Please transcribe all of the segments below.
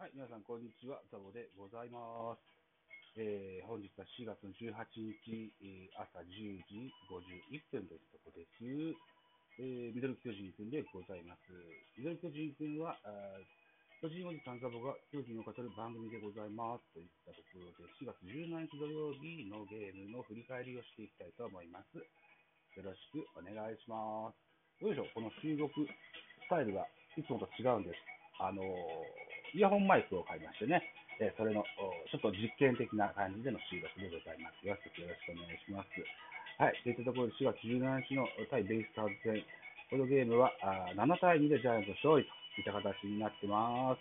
はい、皆さん、こんにちは。ザボでございます。本日は4月の18日、朝10時51分というところです。ミドル巨人くんでございます。ミドル巨人くんは、巨人おじさんザボが巨人を語る番組でございますといったところで、4月17日土曜日のゲームの振り返りをしていきたいと思います。よろしくお願いします。よいしょ、この収録スタイルがいつもと違うんです。イヤホンマイクを買いましてね、それのちょっと実験的な感じでの収録でございます。よろしくお願いします。はい、といったところで4月17日の対ベイスターズ戦、このゲームは7対2でジャイアンツ勝利といった形になってます。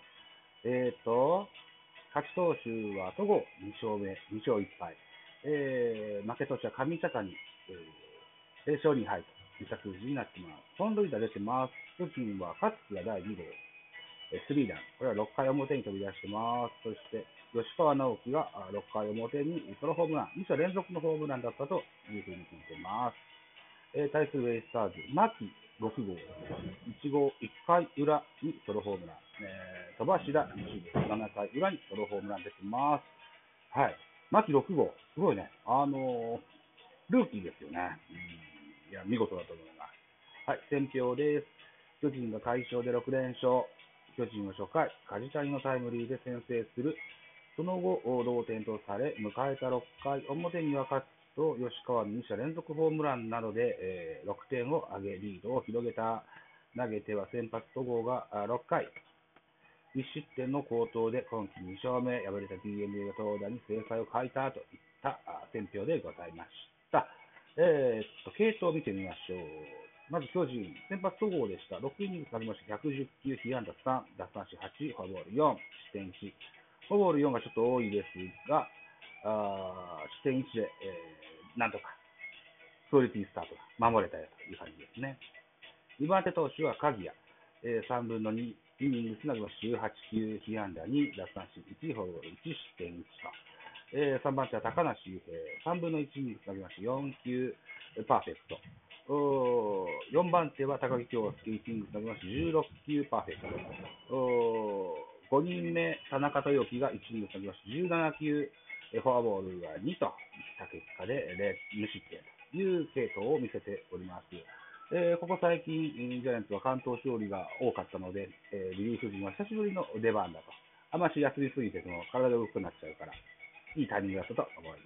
勝ち投手は戸郷2勝目、2勝1敗。負け投手は上茶谷、0勝2敗といった数字になってます。本塁打出てます。巨人は勝木が第2号、スリーラン。これは6回表に飛び出してます。そして、吉川直樹が6回表にソロホームラン、2者連続のホームランだったというふうに聞いてます。対するベイスターズ、牧6号、1号、1回裏にソロホームラン、戸柱1号、7回裏にソロホームラン出てます。はい。牧6号、すごいね。ルーキーですよね。いや、見事だと思います。はい、選評です。巨人が快勝で6連勝。巨人は初回、梶谷のタイムリーで先制する。その後、同点とされ、迎えた6回表には勝つと吉川に2者連続ホームランなどで、6点を挙げ、リードを広げた。投げては先発戸郷が6回、1失点の好投で今季2勝目、敗れた DNA が投打に精彩を欠いたといった選評でございました。系統を見てみましょう。まず巨人、先発戸郷でした。6イニング投げまして110球、被安打3、奪三振8、フォアボール4、失点1。フォアボール4がちょっと多いですが、失点1で、なんとかクオリティスタートが守れたよという感じですね。2番手投手は鍵谷、3分の2イニングつなぎまして18球、被安打2、奪三振1、フォアボール1、失点1と。3番手は高梨雄平、3分の1イニングつなぎまして4球、パーフェクト。4番手は高木京介、1イニングつなぎまして16球、パーフェクト。5人目、田中豊樹が1イニングつなぎまして17球、フォアボールは2といった結果で無失点という系統を見せております。ここ最近、ジャイアンツは関東勝利が多かったので、リリーフ陣は久しぶりの出番だと。あまし休みすぎて体が動くくなっちゃうから、いいタイミングだったと思います。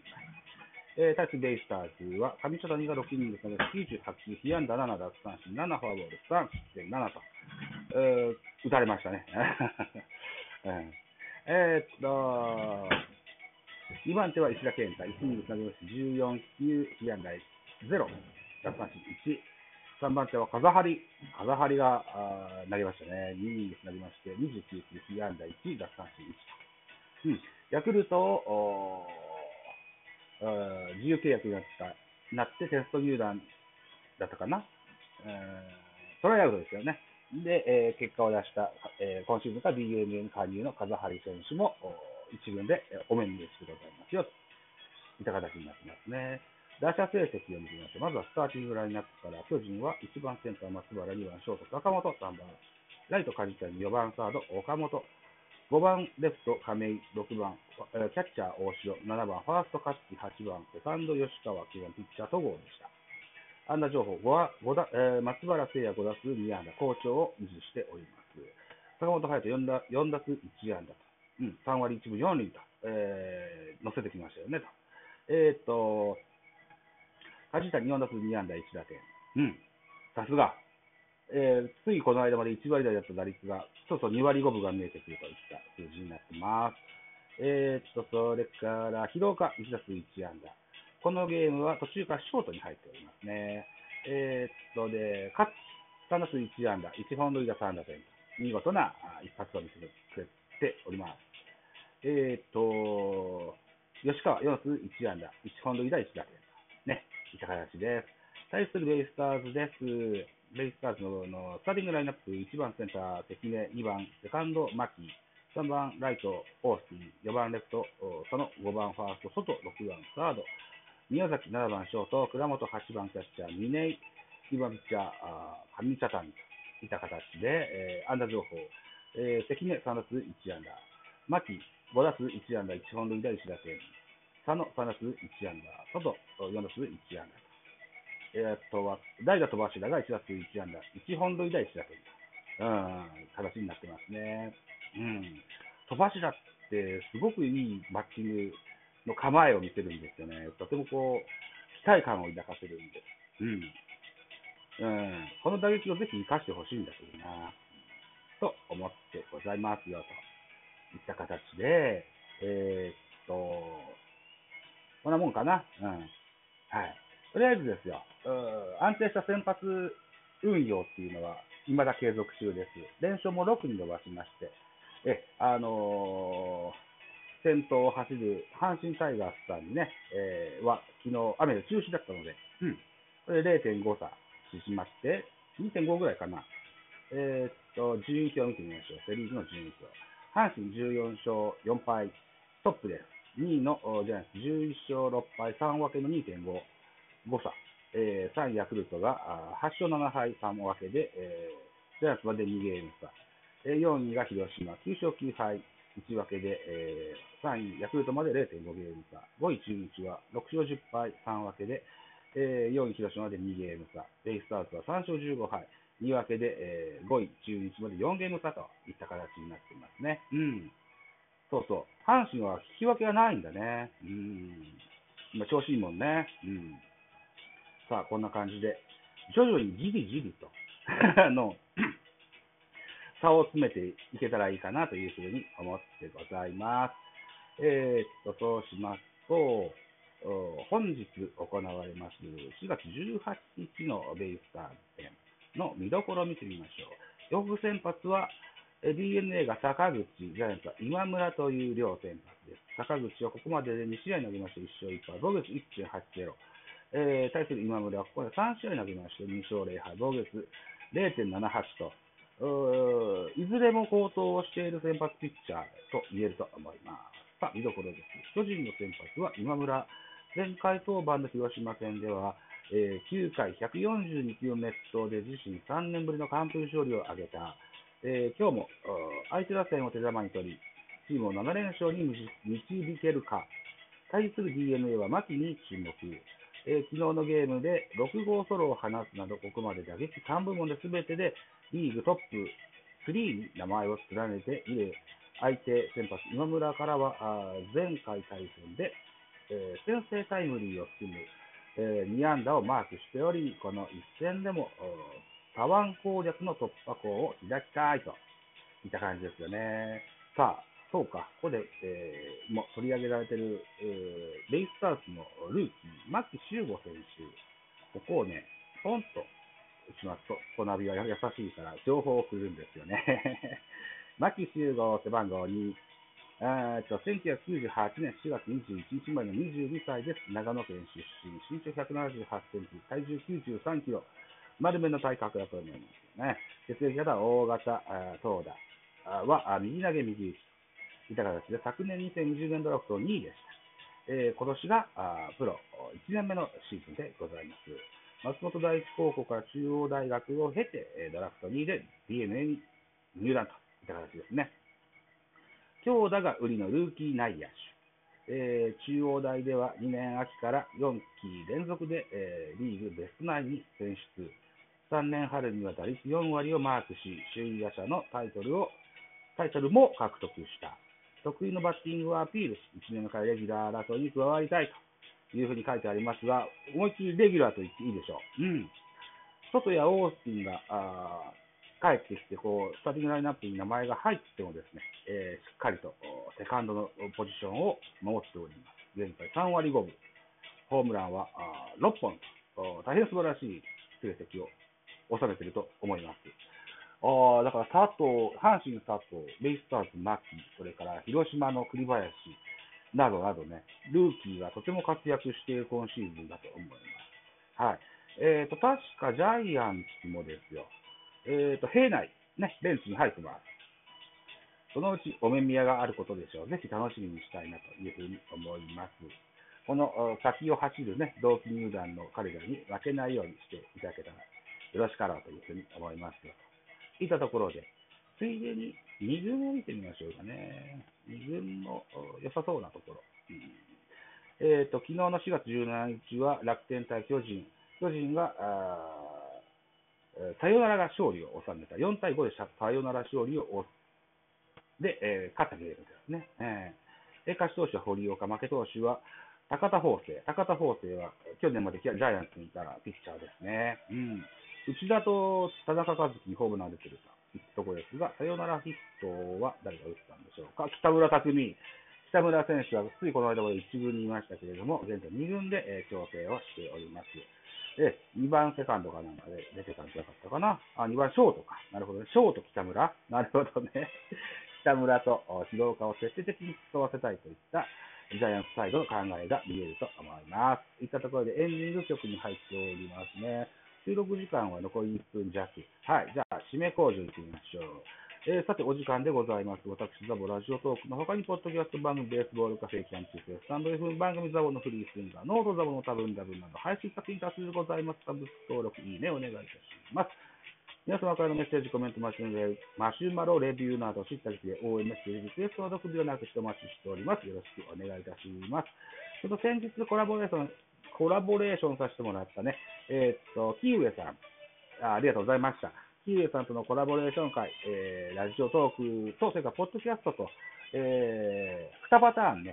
対するベイスターズは、上茶谷が6イニングで98球、被安打7、奪三振7、フォアボール3、失点7と、打たれましたね。2番手は石田健太、1イニングつなぎまして14球、被安打0、奪三振1、3番手は風張。風張が投げましたね。2イニングつなぎまして29球、被安打1、奪三振1。ヤクルトを自由契約になってテスト入団だったかな。トライアウトですよね。で、結果を出した、今シーズンから DNA 加入の風張選手も一軍でお目見えしてございますよといった形になってますね。打者成績を見てみましょう。まずはスターティングラインナップから、巨人は1番センター松原、2番ショート坂本、3番ライト梶谷、4番サード岡本、5番レフト亀井、6番キャッチャー大城、7番ファースト勝木、8番セカンド吉川、9番ピッチャー戸郷でした。安打情報松原聖也5打数2安打、好調を維持しております。坂本勇人4打数1安打と、3割1分4厘と、乗せてきましたよねと。梶谷4打数2安打1打点。さすが。ついこの間まで1割台だった打率が、そうそう2割5分が見えてくるといった数字になってます。それから、広岡1打数1安打。このゲームは途中からショートに入っておりますね。勝3打数1安打、1本塁打3打点。見事な一発を見せてくれております。吉川4打数1安打、1本塁打1打点。ね、いった形です。対するベイスターズです。ベイスターズのスターティングラインナップ、1番センター、関根、2番セカンド、牧、3番ライト、オースティン、4番レフト、その5番ファースト、外、6番サード、宮崎7番ショート、倉本8番キャッチャー、嶺井、2番ピッチャー、上茶谷といった形で、安打情報、関根3打数1安打、 牧5打数1安打1本塁打1打点、佐野3打数1安打、外4打数1安打。代打戸柱が1打数1安打、1本塁打1打点。形になってますね。戸柱ってすごくいいバッティングの構えを見せるんですよね。とてもこう、期待感を抱かせるんで。この打撃をぜひ生かしてほしいんだけどな、と思ってございますよ、といった形で、こんなもんかな。はい。とりあえずですよ、安定した先発運用っていうのは、未だ継続中です。連勝も6に伸ばしまして、先頭を走る阪神タイガースさんにね、昨日雨で中止だったので、これ0.5差しまして、2.5ぐらいかな。順位表を見てみましょう。セ・リーグの順位表。阪神14勝4敗、トップです。2位のジャイアンツ11勝6敗、3分けの2.5、5差。3位ヤクルトが8勝7敗、3分けで、ジャイアンツまで2ゲーム差。4位が広島、9勝9敗、1分けで、3位ヤクルトまで 0.5 ゲーム差。5位中日は6勝10敗、3分けで、4位広島まで2ゲーム差。ベイスターズは3勝15敗。2分けで、5位中日まで4ゲーム差といった形になっていますね。そうそう。阪神は引き分けがないんだね。今調子いいもんね。さあ、こんな感じで、徐々にじりじりと差を詰めていけたらいいかなというふうに思ってございます。そうしますと、本日行われます4月18日のベイスターズ戦の見どころを見てみましょう。予告先発は DNA が坂口、ジャイアンツは今村という両先発です。坂口はここまでで2試合投げまして1勝1敗、防御率 1.80。対する今村はここで3試合投げまして2勝0敗、防御率 0.78 と、いずれも好投をしている先発ピッチャーと言えると思います。さあ、見どころです。巨人の先発は今村。前回登板の広島戦では、9回142球熱投で自身3年ぶりの完封勝利を挙げた。今日も相手打線を手玉に取り、チームを7連勝に導けるか。対する DNA は牧に注目。昨日のゲームで6号ソロを放つなど、ここまで打撃3部門で全てでリーグトップ3に名前を連ねている相手先発今村からは前回対戦で、先制タイムリーを含む、2安打をマークしており、この一戦でも左腕攻略の突破口を開きたいといった感じですよね。さあ、そうか、ここで、も取り上げられている、ベイスターズのルーキー、牧秀悟選手、ここをね、ポンと打ちますと、コナビは優しいから情報を送るんですよね。牧秀悟背番号2、1998年4月21日生まれの22歳です。長野県出身、身長178センチ、体重93キロ、丸めの体格だと思いますね。血液型は O 型、投打は右投げ右打ちといった形で、昨年2020年ドラフト2位でした。今年がプロ1年目のシーズンでございます。松本第一高校から中央大学を経て、ドラフト2位で DNA に入団といった形ですね。強打が売りのルーキー内野手。中央大では2年秋から4期連続で、リーグベストナインに選出。3年春には打率4割をマークし、首位打者のタイトルも獲得した。得意のバッティングをアピールし、1年からレギュラー争いに加わりたいというふうに書いてありますが、思いっきりレギュラーと言っていいでしょう。外やオースティンが帰ってきてスターティングラインナップに名前が入ってもですね、しっかりとセカンドのポジションを守っております。現在3割5分、ホームランは6本と、大変素晴らしい成績を収めていると思います。だから阪神佐藤、ベイスターズ牧、それから広島の栗林などなどね、ルーキーがとても活躍している今シーズンだと思います。はい。確かジャイアンツもですよ、平内、ね、ベンチに入ってます。そのうちお目見えがあることでしょう。ぜひ楽しみにしたいなというふうに思います。この先を走るね、同期入団の彼らに負けないようにしていただけたらよろしかろうというふうに思いますよ。といったところで、 ついでに2軍を見てみましょうかね。2軍の良さそうなところ。昨日の4月17日は楽天対巨人。巨人がサヨナラが勝利を収めた。4対5でサヨナラ勝利をで、勝ったゲームですね。勝ち投手は堀岡、負け投手は高田法政。高田法政は去年までジャイアンツにいたピッチャーですね。内田と田中和樹にホームラン出てるところですが、サヨナラヒットは誰が打ったんでしょうか。北村匠海。北村選手はついこの間まで1軍にいましたけれども、現在2軍で調整をしております。2番セカンドかなんかで出てたんじゃなかったかな。2番ショートか。なるほどね。ショート北村。なるほどね。北村と広岡を徹底的に使わせたいといったジャイアンツサイドの考えが見えると思います。といったところでエンディング曲に入っておりますね。収録時間は残り1分弱。はい、じゃあ、締め工場行ってみましょう。さて、お時間でございます。私、ザボラジオトークの他に、ポッドキャスト番組、ベースボールカフェキャンプスタンド F 番組ザボのフリースインガー、ノートザボの多分ダブなど、配信作品多数ございます。サブスク登録、いいね、お願いいたします。皆様からのメッセージ、コメント、マシュマロ、レビューなど、知ったりで応援メッセージ、リクエストの読みをなくしてお待ちしております。よろしくお願いいたします。ちょっと先日コラボレーションさせてもらったね、キーウェさん、ありがとうございました。キーウェさんとのコラボレーション会、ラジオトークと、それからポッドキャストと、2パターンね、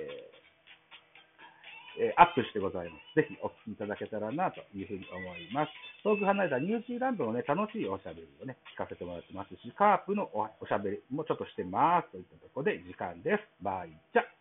アップしてございます。ぜひお聞きいただけたらなというふうに思います。遠く離れたニュージーランドのね、楽しいおしゃべりをね、聞かせてもらってますし、カープのおしゃべりもちょっとしてますといったところで時間です。バイチャ。